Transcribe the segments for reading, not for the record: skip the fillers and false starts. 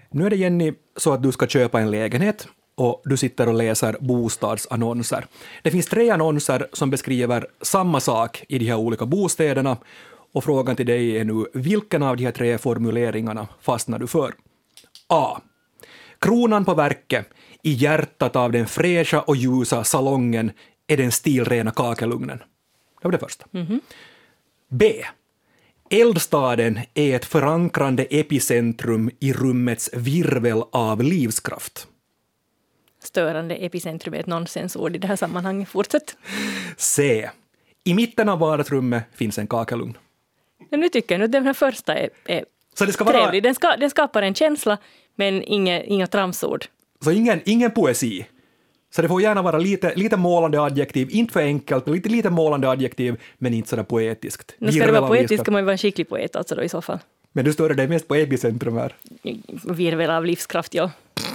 Nu är det, Jenny, så att du ska köpa en lägenhet och du sitter och läser bostadsannonser. Det finns 3 annonser som beskriver samma sak i de här olika bostäderna och frågan till dig är nu, vilken av de här 3 formuleringarna fastnar du för? A. Kronan på verket, i hjärtat av den fräscha och ljusa salongen är den stilrena kakelugnen. Det var det första. B. Eldstaden är ett förankrande epicentrum i rummets virvel av livskraft. Störande epicentrum är ett nonsensord i det här sammanhanget. Fortsätt. C. I mitten av vardagsrummet finns en kakelugn. Men nu tycker jag att den här första är Så det ska trevlig. Den skapar en känsla, men inga tramsord. Så ingen poesi. Så det får gärna vara lite målande adjektiv, inte för enkelt, men lite målande adjektiv, men inte sådär poetiskt. Nu ska det vara poetiskt ska man vara en skicklig poet alltså då i så fall. Men du stör dig mest på epicentrum här. Virvel av livskraft, ja.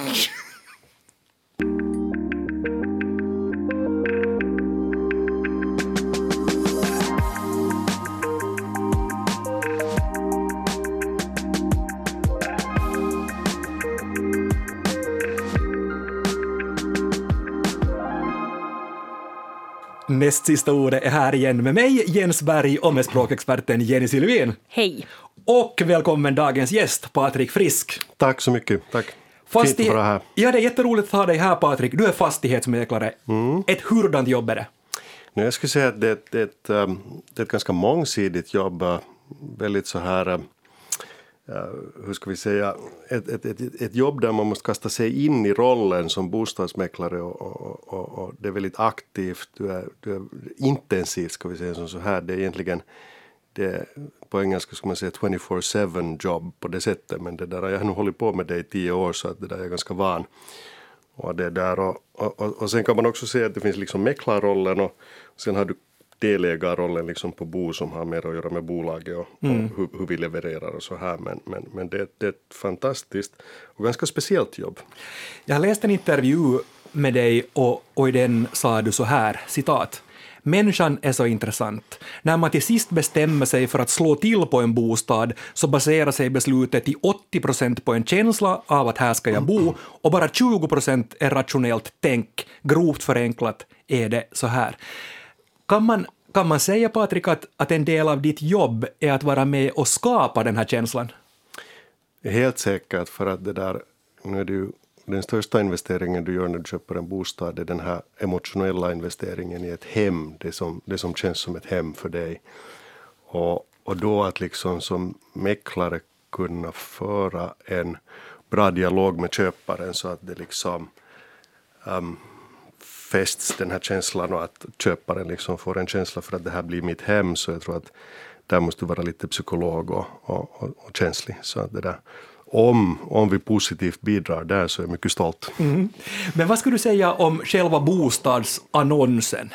Näst sista ordet är här igen med mig, Jens Berg, och med språkexperten Jenny Sylvin. Hej. Och välkommen dagens gäst, Patrik Frisk. Tack så mycket, tack. Fint att vara här. Ja, det är jätteroligt att ha dig här, Patrik. Du är fastighetsmäklare. Ett hurdant jobb är det? Jag skulle säga att det är ett ganska mångsidigt jobb. Väldigt så här, hur ska vi säga, ett jobb där man måste kasta sig in i rollen som bostadsmäklare och det är väldigt aktivt, du är intensivt, ska vi säga så här. Det är egentligen, på engelska ska man säga 24/7 jobb på det sättet, men det där, jag har nu hållit på med det i 10 år så att det där är ganska van. Och det där och sen kan man också säga att det finns liksom mäklarrollen och sen har du delägarrollen liksom på Bo som har mer att göra med bolaget och hur vi levererar och så här. Men det är ett fantastiskt och ganska speciellt jobb. Jag har läst en intervju med dig och i den sa du så här, citat: Människan är så intressant. När man till sist bestämmer sig för att slå till på en bostad så baserar sig beslutet i 80% på en känsla av att här ska jag bo och bara 20% är rationellt tänk. Grovt förenklat är det så här. Kan man säga, Patrik, att en del av ditt jobb är att vara med och skapa den här känslan? Helt säkert, för att det där, nu är det ju den största investeringen du gör när du köper en bostad är den här emotionella investeringen i ett hem, det som känns som ett hem för dig. Och då att liksom som mäklare kunna föra en bra dialog med köparen så att det liksom fästs den här känslan och att köparen liksom får en känsla för att det här blir mitt hem, så jag tror att där måste vara lite psykolog och känslig. Så att det där, om vi positivt bidrar där så är jag mycket stolt. Men vad skulle du säga om själva bostadsannonsen?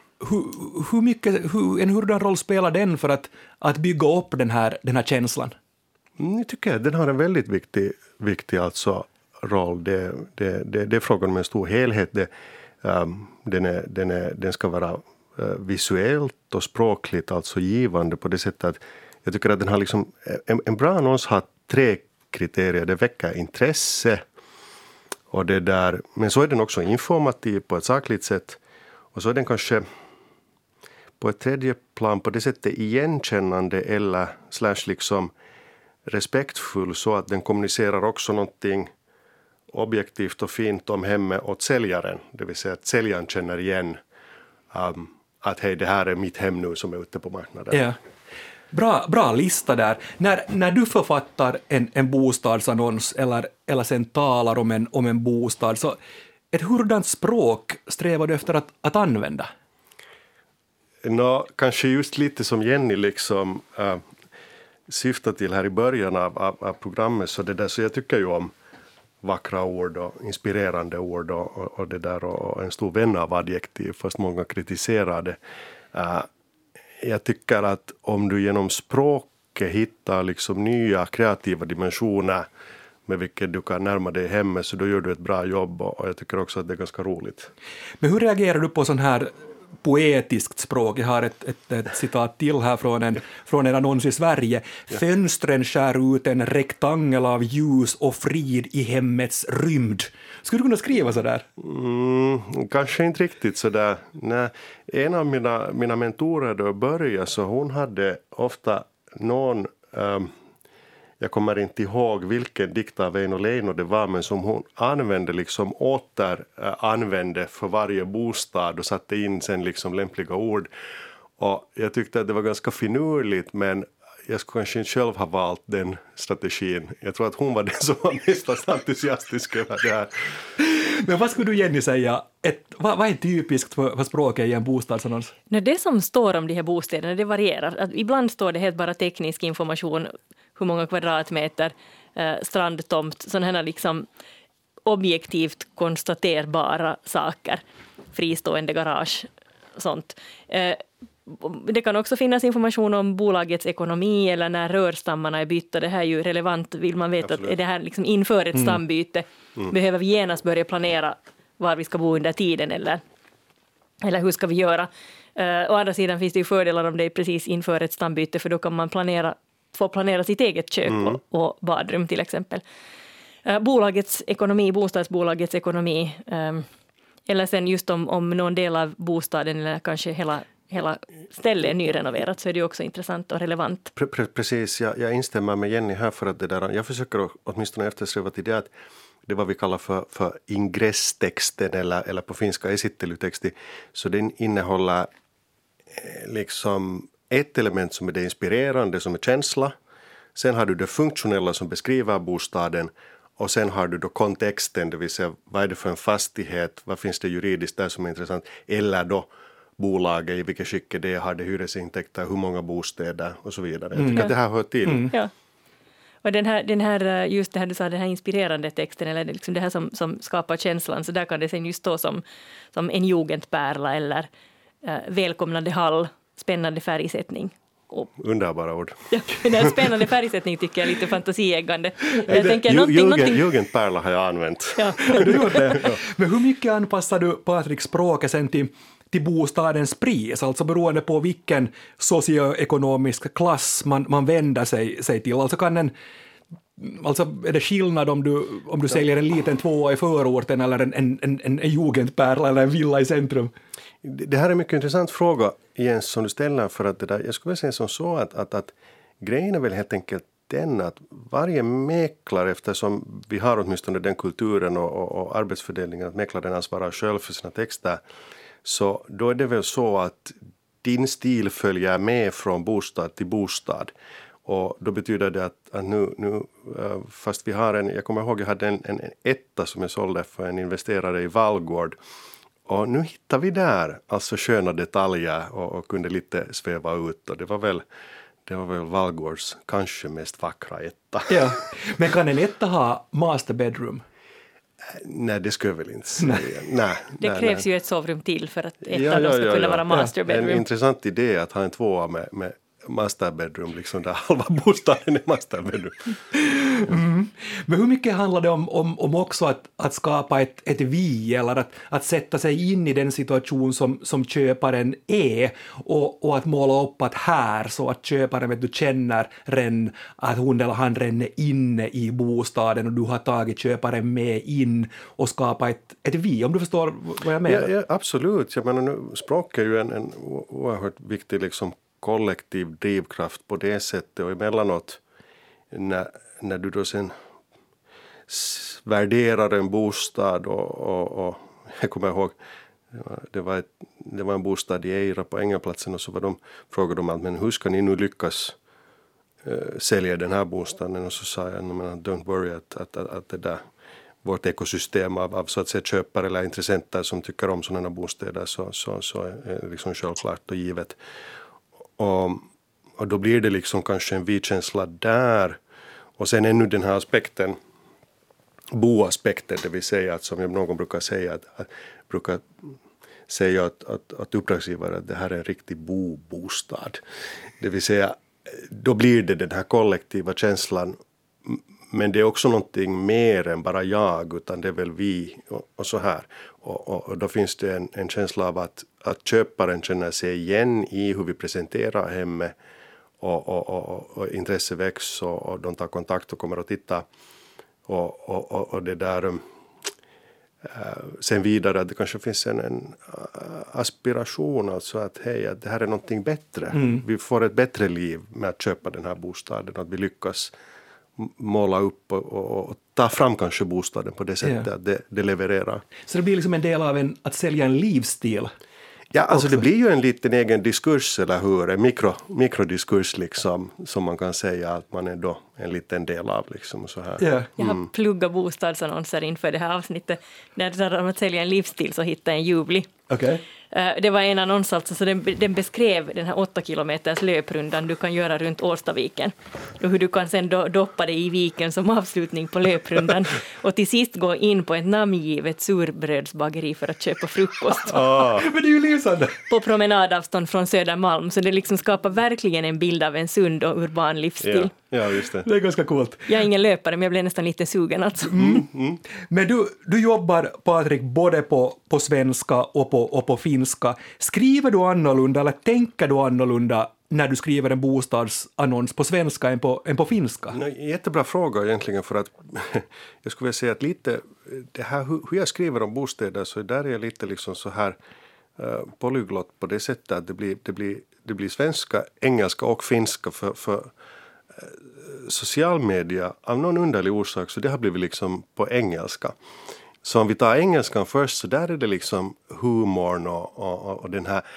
Hurdan roll spelar den för att bygga upp den här känslan? Jag tycker att den har en väldigt viktig alltså roll. Det är frågan om en stor helhet. Den ska vara visuellt och språkligt alltså givande på det sättet att jag tycker att den har liksom, en bra annons har 3 kriterier. Det väcker intresse och det där, men så är den också informativ på ett sakligt sätt och så är den kanske på ett tredje plan på det sättet igenkännande eller / liksom respektfull, så att den kommunicerar också någonting objektivt och fint om hemmet åt säljaren. Det vill säga att säljaren känner igen att hej, det här är mitt hem nu som är ute på marknaden. Ja. Bra lista där. När du författar en bostadsannons eller sen talar om en bostad, så ett hurdant språk strävar du efter att använda? Kanske just lite som Jenny liksom syftar till här i början av programmet, så jag tycker ju om vackra ord och inspirerande ord och det där, och en stor vän av adjektiv, fast många kritiserar det. Jag tycker att om du genom språket hittar liksom nya kreativa dimensioner med vilket du kan närma dig hemmet, så då gör du ett bra jobb, och jag tycker också att det är ganska roligt. Men hur reagerar du på sån här poetiskt språk. Jag har ett citat till här från en annons i Sverige. Fönstren skär ut en rektangel av ljus och frid i hemmets rymd. Skulle du kunna skriva så där? Kanske inte riktigt så där. Nej, en av mina mentorer då började, så hon hade ofta någon... jag kommer inte ihåg vilken dikt av Väinö Leino det var, men som hon använde liksom använde för varje bostad och satte in sen liksom lämpliga ord. Och jag tyckte att det var ganska finurligt, men jag skulle kanske inte själv ha valt den strategin. Jag tror att hon var den som var mest entusiastisk över det här. Men vad skulle du, Jenny, säga? Vad är typiskt för språket i en bostadsannons? Det som står om de här bostäderna, det varierar. Ibland står det helt bara teknisk information, hur många kvadratmeter, strandtomt, sådana här liksom objektivt konstaterbara saker, fristående garage, sånt. Det kan också finnas information om bolagets ekonomi eller när rörstammarna är bytta. Det här är ju relevant. Vill man veta att är det här liksom inför ett stambyte? Behöver vi genast börja planera var vi ska bo under tiden eller hur ska vi göra? Å andra sidan finns det ju fördelar om det är precis inför ett stambyte, för då kan man få planera sitt eget kök och badrum till exempel. Bolagets ekonomi, bostadsbolagets ekonomi, eller sen just om någon del av bostaden eller kanske hela stället är nyrenoverat, så är det också intressant och relevant. Precis, jag instämmer med Jenny här, för att det där, jag försöker åtminstone eftersträva till det att det vad vi kallar för ingresstexten eller på finska esittelytexti, så den innehåller liksom ett element som är det inspirerande, som är känsla. Sen har du det funktionella som beskriver bostaden, och sen har du då kontexten, det vill säga vad är det för en fastighet, vad finns det juridiskt där som är intressant, eller då bolaget, i vilket skick det har, det hyresintäkter, hur många bostäder och så vidare. Jag tycker att det här hör till. Ja. Och den här, just det här du sa, den här inspirerande texten, eller liksom det här som skapar känslan, så där kan det sen just stå som en jugendpärla eller välkomnande hall, spännande färgsättning. Underbara ord. Ja, den här spännande färgsättning tycker jag är lite fantasieggande. Jag tänker jugendpärla har jag använt. Ja. Du gjorde det. Ja. Men hur mycket anpassar du, Patrik, språket sen till bostadens pris, alltså beroende på vilken socioekonomisk klass man vänder sig till? Alltså är det skillnad om du säljer en liten tvåa i förorten eller en jugendpärla eller en villa i centrum? Det här är en mycket intressant fråga, Jens, som du ställer, för att det där, jag skulle säga som så att grejen är väl helt enkelt den att varje mäklare, eftersom vi har åtminstone den kulturen och arbetsfördelningen att mäklaren ansvarar själv för sina texter, så då är det väl så att din stil följer med från bostad till bostad. Och då betyder det att nu fast vi har jag kommer ihåg jag hade en etta som jag sålde för en investerare i Vallgård. Och nu hittar vi där alltså sköna detaljer och kunde lite sväva ut. Och det var väl Vallgårds kanske mest vackra etta. Ja. Men kan en etta ha master bedroom? Nej, det skulle jag väl inte säga. Nej, det krävs ju ett sovrum till för att ettan då ska kunna vara master bedroom. En intressant idé att ha en tvåa med master bedroom, liksom där halva bostaden är master bedroom. Men hur mycket handlar det om också att skapa ett vi, eller att sätta sig in i den situation som köparen är och att måla upp att här, så att köparen du känner att hon eller han är inne i bostaden och du har tagit köparen med in och skapa ett vi, om du förstår vad jag menar? Ja, absolut. Jag menar, nu, språk är ju en oerhört viktig liksom kollektiv drivkraft på det sättet, och emellanåt när du då sen värderar en bostad och jag kommer ihåg det var en bostad i Eira på Ängelplatsen, och så frågade de allt, men hur ska ni nu lyckas sälja den här bostaden? Och så sa jag, don't worry, att det där vårt ekosystem av så att säga köpare eller intressenter som tycker om sådana bostäder så är det liksom självklart och givet. Och då blir det liksom kanske en vi-känsla där. Och sen ännu den här aspekten, boaspekten, det vill säga att som någon brukar säga att uppdragsgivare att det här är en riktig bostad. Det vill säga, då blir det den här kollektiva känslan Men det är också någonting mer än bara jag, utan det är väl vi och så här. Och då finns det en känsla av att köparen känner sig igen i hur vi presenterar hemmet och intresse väcks och de tar kontakt och kommer att titta. Och det där sen vidare att det kanske finns en aspiration, alltså att hej, att det här är någonting bättre. Vi får ett bättre liv med att köpa den här bostaden, att vi lyckas måla upp och ta fram kanske bostaden på det sättet att det levererar. Så det blir liksom en del av att sälja en livsstil? Ja, alltså det blir ju en liten egen diskurs, eller hur? En mikrodiskurs liksom, som man kan säga att man är då en liten del av liksom så här. Yeah. Jag har pluggat bostadsannonser inför det här avsnittet. När det handlar om att sälja en livsstil så hittade jag en Jubli. Okay. Det var en annons alltså, så den beskrev den här 8 kilometers löprundan du kan göra runt Årstaviken. Och hur du kan sen doppa dig i viken som avslutning på löprundan. Och till sist gå in på ett namngivet surbrödsbageri för att köpa frukost. Men det är ju lysande! På promenadavstånd från Södermalm. Så det liksom skapar verkligen en bild av en sund och urban livsstil. Ja, just det. Det är ganska coolt. Jag är ingen löpare, men jag blev nästan lite sugen alltså. Men du jobbar, Patrik, både på svenska och på finska. Skriver du annorlunda eller tänker du annorlunda när du skriver en bostadsannons på svenska än på finska? Jättebra fråga egentligen, för att jag skulle vilja säga att lite det här hur jag skriver om bostäder, så där är jag lite liksom så här polyglott på det sättet att det blir svenska, engelska och finska för social media av någon underlig orsak, så det har blivit liksom på engelska. Så om vi tar engelskan först, så där är det liksom humorn och den här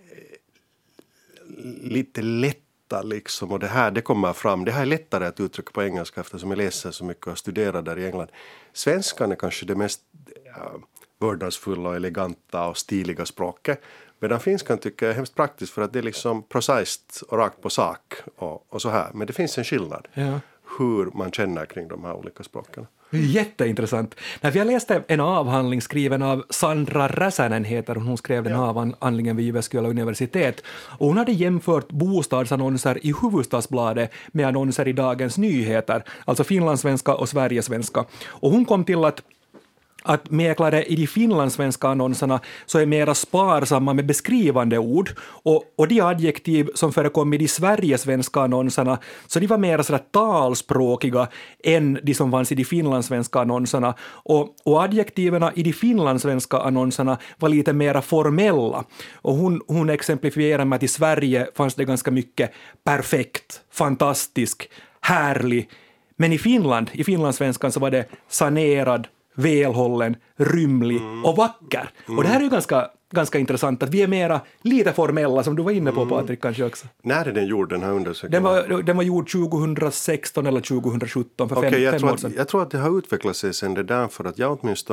lite lätta liksom, och det kommer fram. Det här är lättare att uttrycka på engelska eftersom jag läser så mycket och studerar där i England. Svenskan är kanske det mest vördnadsfulla och eleganta och stiliga språket. Medan finskan tycker jag är hemskt praktiskt, för att det är liksom prosaist och rakt på sak och så här. Men det finns en skillnad hur man känner kring de här olika språken. Jätteintressant. När jag läste en avhandling skriven av Sandra Räsänen, heter hon skrev den avhandlingen vid Jyväskylä universitet. Och hon hade jämfört bostadsannonser i Hufvudstadsbladet med annonser i Dagens Nyheter, alltså finlandssvenska och sverigesvenska. Och hon kom till att mäklare i de finlandssvenska annonserna så är mera sparsamma med beskrivande ord, och de adjektiv som förekom i de sverigesvenska annonserna, så de var mera sådär talspråkiga än de som fanns i de finlandssvenska annonserna, och adjektiven i de finlandssvenska annonserna var lite mera formella. Och hon exemplifierar med att i Sverige fanns det ganska mycket perfekt, fantastisk, härlig, men i finlandssvenskan så var det sanerad, välhållen, rymlig och vacker. Och det här är ju ganska intressant, att vi är mera lite formella, som du var inne på, Patrik, kanske också. När är den gjord, den här undersökningen? Den var gjord 2016 eller 2017, för fem år sedan. Jag tror att det har utvecklat sig sen det där, för att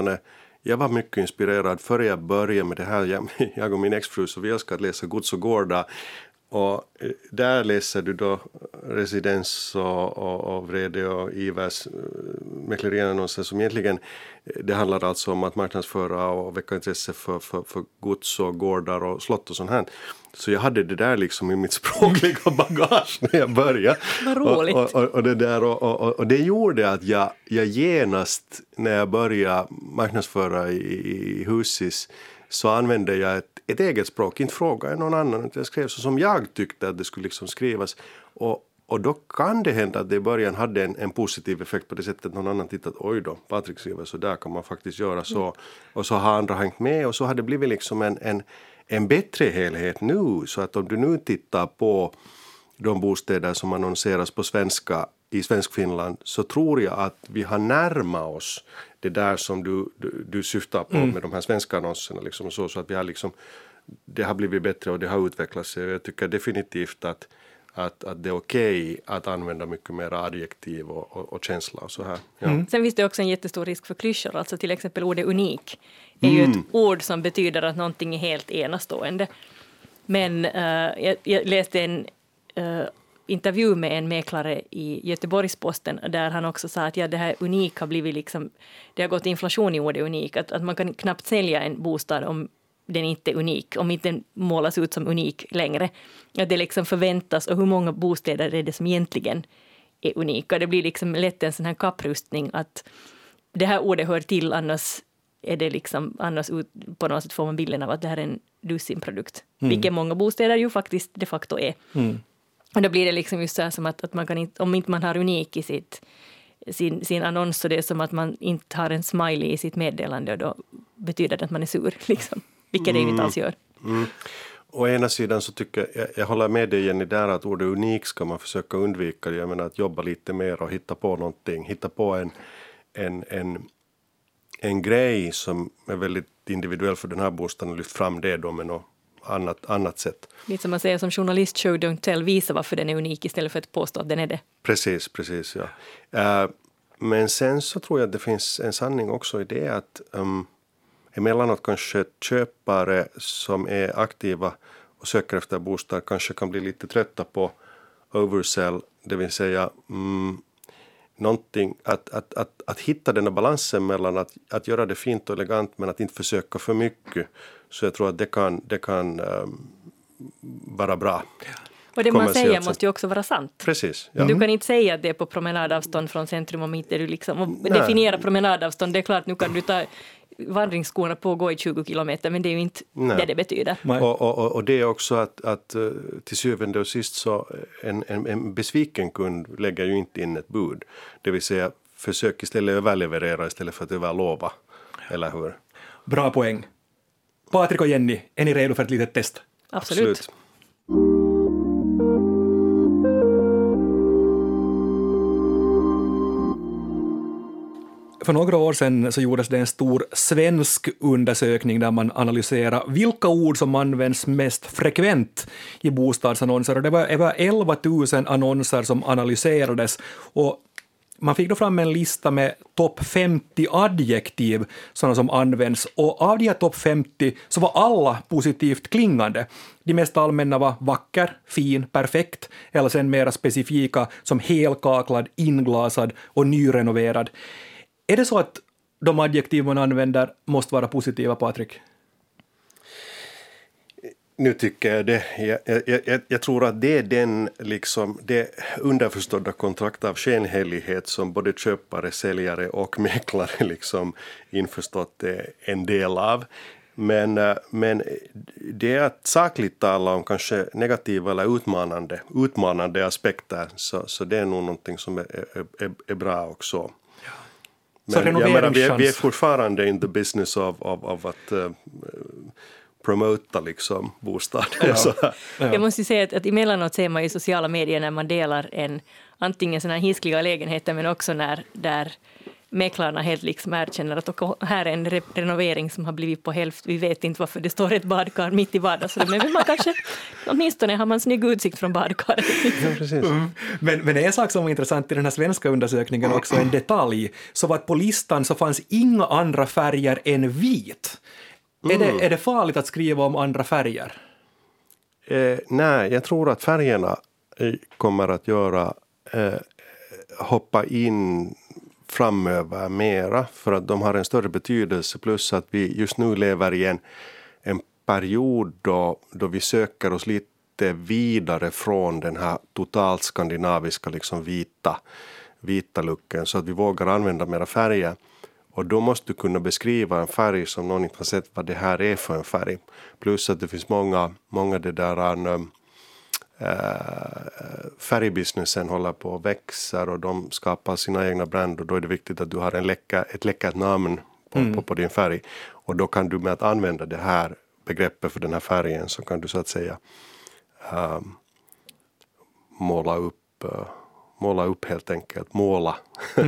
jag var mycket inspirerad före jag började med det här. Jag och min exfru, så vi älskar att läsa Gods och gårdar. Och där läser du då Residens och Vrede och Ivers mäkleriannonser, som egentligen, det handlar alltså om att marknadsföra och väcka intresse för gods och gårdar och slott och sånt här. Så jag hade det där liksom i mitt språkliga bagage när jag började. Vad roligt. Och det där, och det gjorde att jag genast, när jag började marknadsföra i Husis, så använde jag ett eget språk, inte fråga någon annan, jag skrev så som jag tyckte att det skulle liksom skrivas. Och då kan det hända att det i början hade en positiv effekt på det sättet att någon annan tittat, oj då, Patrik skriver så där, kan man faktiskt göra så. Och så har andra hängt med, och så har det blivit liksom en bättre helhet nu. Så att om du nu tittar på de bostäder som annonseras på svenska i Svenskfinland, så tror jag att vi har närmat oss det där som du syftar på med de här svenska annonserna. Liksom, så att vi har liksom, det har blivit bättre och det har utvecklats. Jag tycker definitivt att det är okej att använda mycket mer adjektiv och känsla och så här. Ja. Sen finns det också en jättestor risk för klyschor. Alltså till exempel ordet unik är ju ett ord som betyder att någonting är helt enastående. Men jag läste en intervju med en mäklare i Göteborgsposten, där han också sa att det här unik har blivit liksom, det har gått inflation i ordet unik, att man kan knappt sälja en bostad om den inte är unik, om inte den målas ut som unik längre. Att det liksom förväntas, och hur många bostäder är det som egentligen är unika. Det blir liksom lätt en sån här kapprustning att det här ordet hör till, annars är det liksom, annars på något sätt får man bilden av att det här är en dussinprodukt. Vilket många bostäder ju faktiskt de facto är. Och då blir det liksom just så här som att man kan inte, om inte man har unik i sin annons, så det är som att man inte har en smiley i sitt meddelande, och då betyder det att man är sur liksom. Vilket det inte alls gör. Å ena sidan så tycker jag håller med dig Jenny där, att ordet unik ska man försöka undvika. Jag menar att jobba lite mer och hitta på någonting. Hitta på en grej som är väldigt individuell för den här bostaden och lyft fram det då med något annat sätt. Lite som man säger som journalist, show don't tell, visa varför den är unik istället för att påstå att den är det. Precis, ja. Men sen så tror jag att det finns en sanning också i det att emellanåt kanske köpare som är aktiva och söker efter bostad kanske kan bli lite trötta på oversell, det vill säga någonting att hitta den här balansen mellan att göra det fint och elegant men att inte försöka för mycket. Så jag tror att det kan vara bra. Och det man säger måste ju också vara sant. Precis. Ja. Du kan inte säga att det är på promenadavstånd från centrum om inte du liksom och definiera promenadavstånd. Det är klart, nu kan du ta vandringsskorna på och gå i 20 kilometer, men det är ju inte det betyder. Och det är också att till syvende och sist så en besviken kund lägger ju inte in ett bud. Det vill säga försök istället överleverera istället för att överlova. Eller hur? Bra poäng. Patrik och Jenny, är ni redo för ett litet test? Absolut. För några år sedan så gjordes det en stor svensk undersökning där man analyserade vilka ord som används mest frekvent i bostadsannonser. Och det var över 11 000 annonser som analyserades, och man fick då fram en lista med topp 50 adjektiv sådana som används, och av de här topp 50 så var alla positivt klingande. De mest allmänna var vacker, fin, perfekt, eller sen mera specifika som helkaklad, inglasad och nyrenoverad. Är det så att de adjektiv man använder måste vara positiva, Patrik? Nu tycker jag det. Jag tror att det är det underförstådda kontrakt av skenhelighet som både köpare, säljare och mäklare liksom införstått är en del av. Men det är att sakligt tala om kanske negativa eller utmanande aspekter, så det är nog någonting som är bra också. Men jag menar, vi är fortfarande in the business av att promota liksom bostad. Ja. Jag måste ju säga att emellanåt ser man i sociala medier när man delar antingen sådana här hiskliga lägenheter, men också där mäklarna helt liksom erkänner att här är en renovering som har blivit på hälft. Vi vet inte varför det står ett badkar mitt i vardagsrummet, men man kanske, åtminstone har man snygg utsikt från badkaret. Ja, precis. Men en sak som var intressant i den här svenska undersökningen också, en detalj, så var att på listan så fanns inga andra färger än vit. Är det farligt att skriva om andra färger? Nej, jag tror att färgerna kommer att hoppa in framöver mera, för att de har en större betydelse, plus att vi just nu lever i en period då vi söker oss lite vidare från den här totalt skandinaviska liksom vita looken, så att vi vågar använda mera färger. Och då måste du kunna beskriva en färg som någon inte har sett vad det här är för en färg. Plus att det finns många det där färgbusinessen håller på och växer och de skapar sina egna brand, och då är det viktigt att du har ett läckert namn på din färg. Och då kan du med att använda det här begreppet för den här färgen, så kan du så att säga måla upp helt enkelt, måla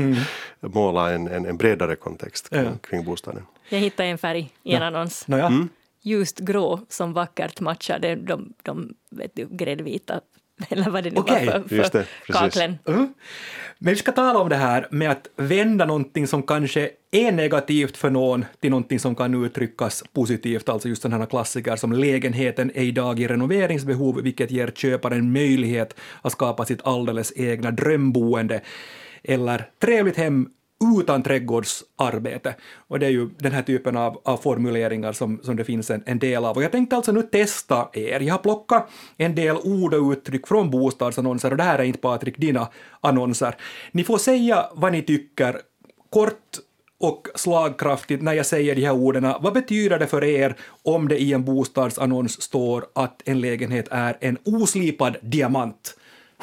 en bredare kontext kring bostaden. Jag hittade en färg i en annons. Just grå som vackert matchar de vet du, gräddvita, eller vad det nu var för kaklen. Men vi ska tala om det här med att vända någonting som kanske är negativt för någon till någonting som kan uttryckas positivt, alltså just den här klassiker som lägenheten är idag i renoveringsbehov, vilket ger köparen möjlighet att skapa sitt alldeles egna drömboende, eller trevligt hem utan trädgårdsarbete. Och det är ju den här typen av formuleringar som det finns en del av. Och jag tänkte alltså nu testa er. Jag har plockat en del ord och uttryck från bostadsannonser, och det här är inte Patrik dina annonser. Ni får säga vad ni tycker kort och slagkraftigt när jag säger de här orden. Vad betyder det för er om det i en bostadsannons står att en lägenhet är en oslipad diamant?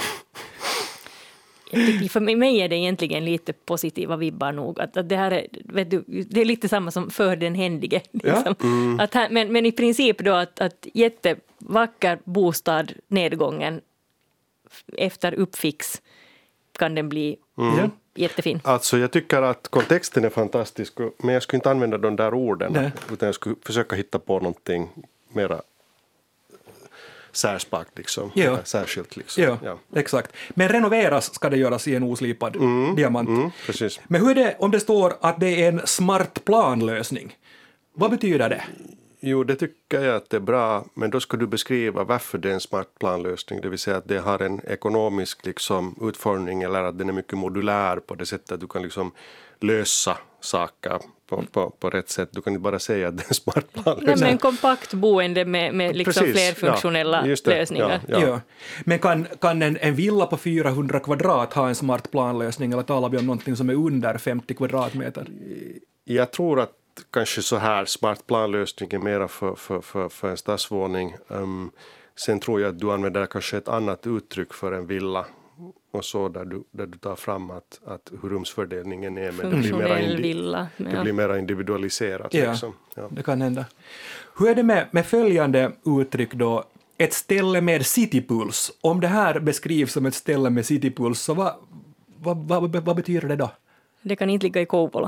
För mig är det egentligen lite positiva vibbar nog. Att det här är, vet du, det är lite samma som för den händige. Liksom. Ja. Att här, men i princip då att jättevacker bostad nedgången efter uppfix kan den bli jättefin. Alltså jag tycker att kontexten är fantastisk, men jag skulle inte använda de där orden. Nej. Utan jag skulle försöka hitta på någonting mera särspakt liksom. Ja. Särskilt liksom. Ja, exakt. Men renoveras ska det göras i en oslipad diamant. Precis. Men hur är det om det står att det är en smart planlösning? Vad betyder det? Jo, det tycker jag att det är bra, men då ska du beskriva varför det är en smart planlösning, det vill säga att det har en ekonomisk liksom, utformning, eller att den är mycket modulär på det sättet att du kan liksom lösa saker på rätt sätt. Du kan inte bara säga att det är en smart planlösning. Nej, men en kompakt boende med liksom flerfunktionella lösningar. Ja. Men kan en villa på 400 kvadrat ha en smart planlösning, eller talar vi om någonting som är under 50 kvadratmeter? Jag tror att kanske så här smart planlösning är mera för en stadsvåning. Sen tror jag att du använder kanske ett annat uttryck för en villa och så där du tar fram att hur rumsfördelningen är, men det blir mera individualiserat. Ja, liksom. Ja, det kan hända. Hur är det med följande uttryck då? Ett ställe med citypuls. Om det här beskrivs som ett ställe med citypuls, så vad betyder det då? Det kan inte ligga i Kouvola.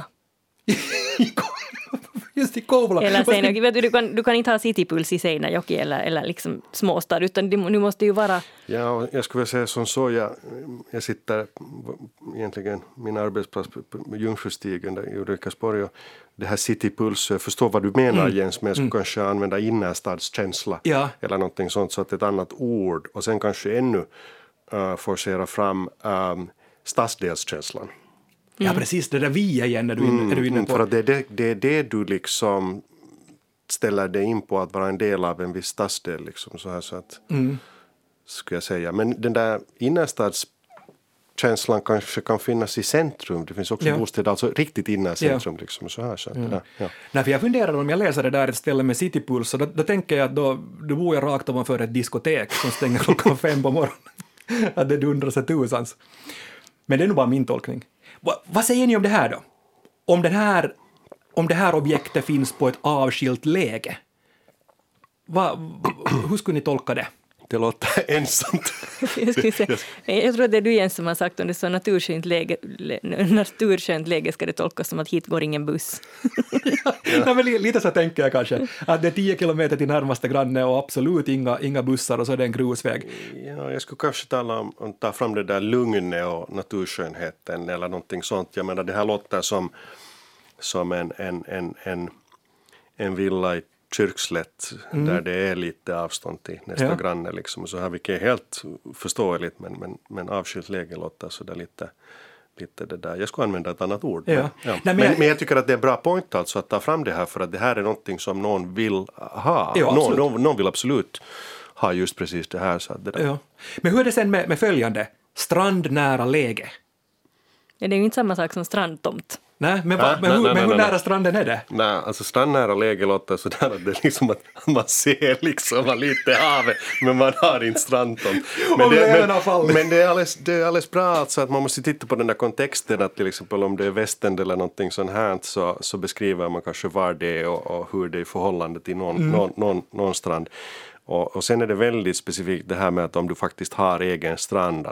Just i Kouvola. Eller Seinäjoki. Du kan inte ha citypuls i Seinäjoki eller liksom småstad, utan nu måste ju vara... Ja, jag skulle säga som så, jag sitter egentligen min arbetsplats på Jungfrustigen där i Ulrikasborg, och det här citypuls, jag förstår vad du menar Jens, men jag skulle kanske använda innerstadskänsla eller någonting sånt, så att ett annat ord, och sen kanske ännu forcera fram stadsdelskänslan. Ja, precis, det där vi igen är du inne på. För att det är det du liksom ställer dig in på, att vara en del av en viss stadsdel liksom, så här, så att skulle jag säga. Men den där innerstadskänslan kanske kan finnas i centrum. Det finns också bostäder, alltså riktigt inne i centrum liksom, så här, så att, Nej, för jag funderar om jag läser det där ett ställe med citypuls, så då tänker jag att då bor jag rakt ovanför ett diskotek som stänger klockan 5 på morgonen. Att det dundrar sig tusans. Men det är nog bara min tolkning. Vad säger ni om det här då? Om det här objektet finns på ett avskilt läge. Hur skulle ni tolka det? Det låter ensamt. Jag tror att det är du Jens som har sagt, om det är så naturskönt läge ska det tolkas som att hit går ingen buss. Nej, men lite så tänker jag kanske. Att det är 10 kilometer till närmaste granne och absolut inga bussar, och så är det en grusväg. Ja, jag skulle kanske ta fram det där lugnet och naturskönheten eller någonting sånt. Jag menar, det här låter som en villa i Kyrkslätt där det är lite avstånd till nästa granne liksom, så här, vilket är helt förståeligt, men avskilt läge låter så där lite det där. Jag skulle använda ett annat ord. Ja. Men jag tycker att det är en bra point alltså att ta fram det här, för att det här är någonting som någon vill ha. Ja, någon vill absolut ha just precis det här. Så att det där. Ja. Men hur är det sen med följande? Strandnära läge. Ja, det är ju inte samma sak som strandtomt. Nej, men hur nära stranden är det? Nej, alltså strandnära läge låter sådär att det är liksom att man ser liksom lite havet, men man har inte strandtomt. Men det är alldeles bra alltså att man måste titta på den där kontexten, att till exempel om det är västern eller någonting sånt här, så beskriver man kanske var det är och hur det är i förhållande till någon strand. Och sen är det väldigt specifikt det här med att om du faktiskt har egen strand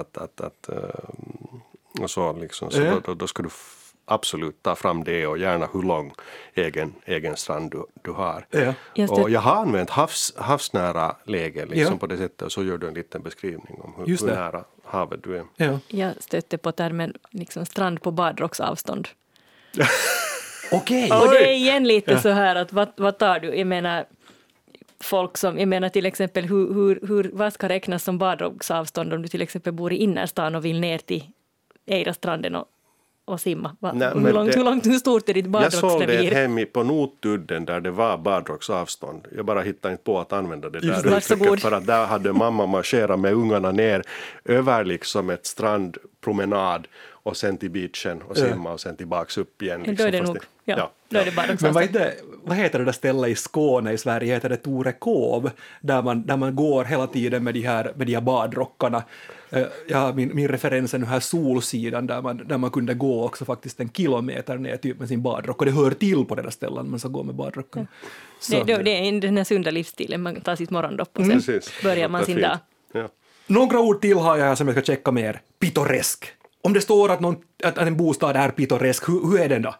och så liksom, så då ska du absolut ta fram det, och gärna hur lång egen strand du har. Ja. Och jag har använt havsnära läge liksom på det sättet, och så gör du en liten beskrivning om hur nära havet du är. Ja. Jag stötte på termen liksom strand på badrocksavstånd. Okej. Och det är igen lite så här att vad tar du? Jag menar till exempel vad ska räknas som badrocksavstånd om du till exempel bor i innerstan och vill ner till Eirastranden och och simma? Nej, Hur stort är ditt jag sålde badrocksrevir? ett hem på Notudden där det var badrocksavstånd. Jag bara hittade inte på att använda det där uttrycket för att där hade mamma marscherat med ungarna ner över liksom ett strandpromenad och sen till beachen och simma och sen tillbaks upp igen. Liksom, då är det nog, då är det badrocksavstånd. Men vad heter det där stället i Skåne i Sverige? Heter det Torekov? Där man går hela tiden med de här badrockarna. Ja, min referens är nu här Solsidan där man kunde gå också faktiskt 1 kilometer ner typ med sin badrock. Och det hör till på det där stället man ska gå med badrockarna. Det är den här sunda livsstilen. Man tar sitt morgondopp och sen börjar man sin dag. Ja. Några ord till har jag här som jag ska checka mer. Pittoresk. Om det står att en bostad är pittoresk, hur är den då?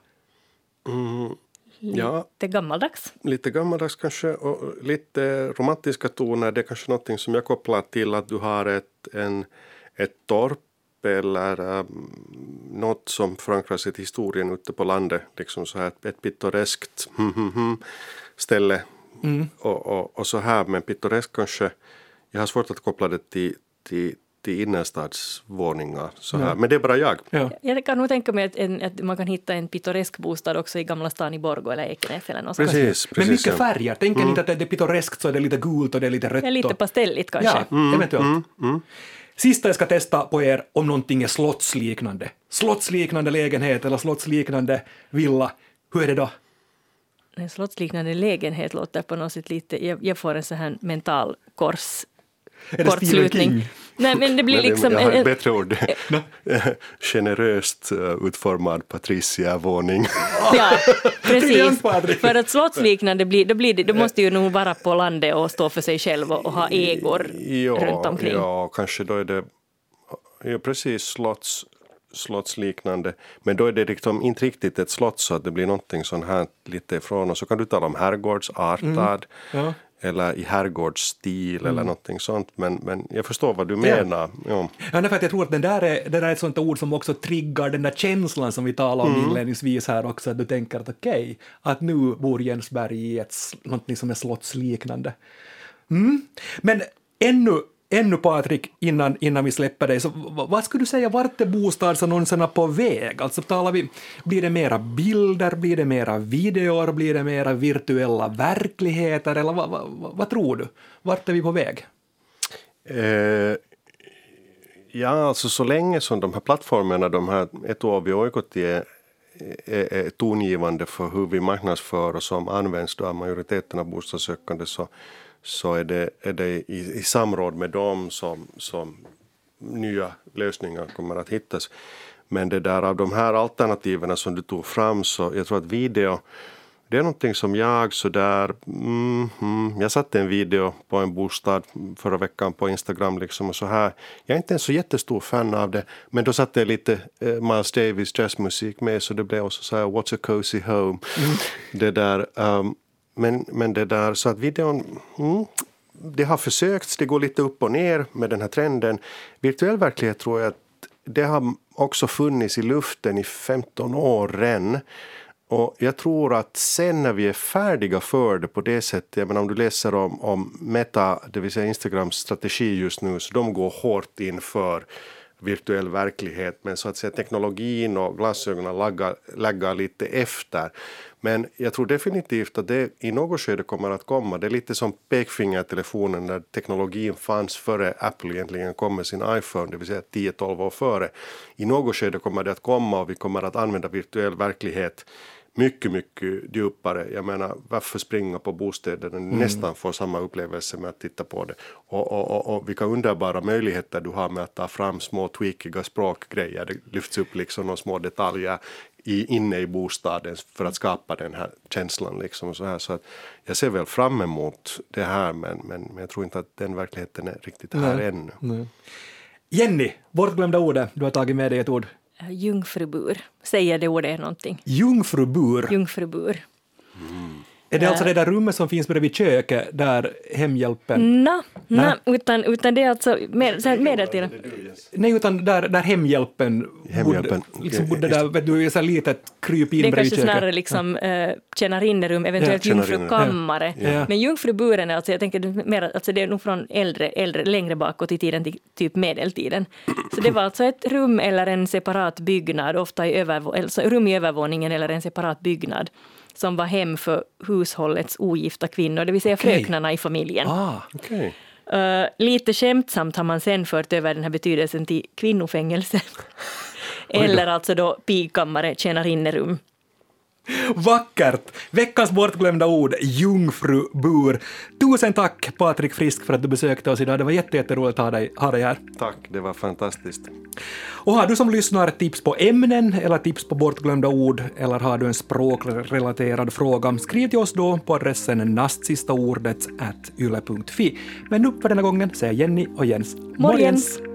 Lite gammaldags. Lite gammaldags kanske och lite romantiska toner. Det är kanske någonting som jag kopplar till att du har ett torp eller något som förankras i historien ute på landet. Liksom så här ett pittoreskt ställe och så här. Men pittoresk kanske, jag har svårt att koppla det till innerstadsvåningar så här. Men det är bara jag. Ja. Jag kan nog tänka mig att man kan hitta en pittoresk bostad också i Gamla stan i Borgå eller Ekenäs eller något. Precis, men mycket färger. Tänker inte att det är pittoreskt så är det lite gult och det är lite rött. Det är lite pastelligt kanske. Ja, eventuellt. Sista jag ska testa på er om någonting är slottsliknande. Slottsliknande lägenhet eller slottsliknande villa. Hur är det då? En slottsliknande lägenhet låter på något sätt lite... Jag får en sån här mental kortslutning. Nej, men det blir liksom... Jag har ett bättre ord. Generöst utformad patriciavåning. Ja, precis. För att slottsliknande då måste ju nog vara på landet och stå för sig själv och ha ägor runt omkring. Ja, kanske då är det precis slottsliknande. Men då är det liksom inte riktigt ett slott så att det blir någonting sån här lite ifrån. Och så kan du tala om herrgårdsartad. Eller i herrgårdsstil eller någonting sånt. Men jag förstår vad du menar. Ja, för att jag tror att det där är ett sånt ord som också triggar den där känslan som vi talade om inledningsvis här också. Att du tänker att okej, att nu bor Jensberg i någonting som är slottsliknande. Men ännu Patrik, innan vi släpper dig, så vad skulle du säga, vart är bostadsannonserna på väg? Alltså blir det mera bilder, blir det mera videor, blir det mera virtuella verkligheter, eller vad tror du? Vart är vi på väg? Ja, alltså så länge som de här plattformarna, de här Etuovi och Oikoti är tongivande för hur vi marknadsför och som används då av majoriteten av bostadssökande så är det i samråd med dem som nya lösningar kommer att hittas. Men det där av de här alternativen som du tog fram, så jag tror att video, det är någonting som jag satte en video på en bostad förra veckan på Instagram liksom och så här. Jag är inte en så jättestor fan av det, men då satte jag lite Miles Davis jazzmusik med, så det blev också så här What's a cozy home. Det där... Men det där, så att videon, det har försökts, det går lite upp och ner med den här trenden. Virtuell verklighet tror jag att det har också funnits i luften i 15 år redan. Och jag tror att sen när vi är färdiga för det på det sättet, jag menar om du läser om Meta, det vill säga Instagrams strategi just nu, så de går hårt in för virtuell verklighet, men så att säga teknologin och glasögonen läggar lite efter. Men jag tror definitivt att det i något skede kommer att komma. Det är lite som pekfingertelefonen när teknologin fanns före Apple egentligen kom med sin iPhone, det vill säga 10-12 år före. I något skede kommer det att komma och vi kommer att använda virtuell verklighet mycket, mycket djupare. Jag menar, varför springa på bostäder när du nästan får samma upplevelse med att titta på det. Och vilka underbara möjligheter du har med att ta fram små tweakiga språkgrejer. Det lyfts upp liksom några små detaljer inne i bostaden för att skapa den här känslan liksom så här. Så att jag ser väl fram emot det här, men jag tror inte att den verkligheten är riktigt här ännu. Nej. Jenny, bortglömda ordet. Du har tagit med dig ett ord. Jungfrubur. Säger det ordet någonting? Jungfrubur. Jungfrubur. Är det alltså det där rummet som finns bredvid köket där hemhjälpen... Utan det är alltså medeltiden. Nej, utan där hemhjälpen bodde där, vet du, så här litet kryp in bredvid köket. Det är kanske snarare liksom tjänarinnerum, eventuellt jungfrukammare. Ja. Men jungfruburen är alltså, jag tänker mer, alltså det är nog från äldre, längre bakåt i tiden till typ medeltiden. Så det var alltså ett rum eller en separat byggnad, ofta rum i övervåningen eller en separat byggnad, som var hem för hushållets ogifta kvinnor, det vill säga fröknarna i familjen. Lite skämtsamt har man sen fört över den här betydelsen till kvinnofängelse. Eller alltså då pigkammare, tjänarinnerum. Vackert! Veckans bortglömda ord, jungfrubur. Tusen tack Patrik Frisk för att du besökte oss idag. Det var jätteroligt att ha dig här. Tack, det var fantastiskt. Och har du som lyssnar tips på ämnen eller tips på bortglömda ord eller har du en språkrelaterad fråga, skriv till oss då på adressen nastsistaordet@yle.fi. Men nu för denna gången säger Jenny och Jens morgens.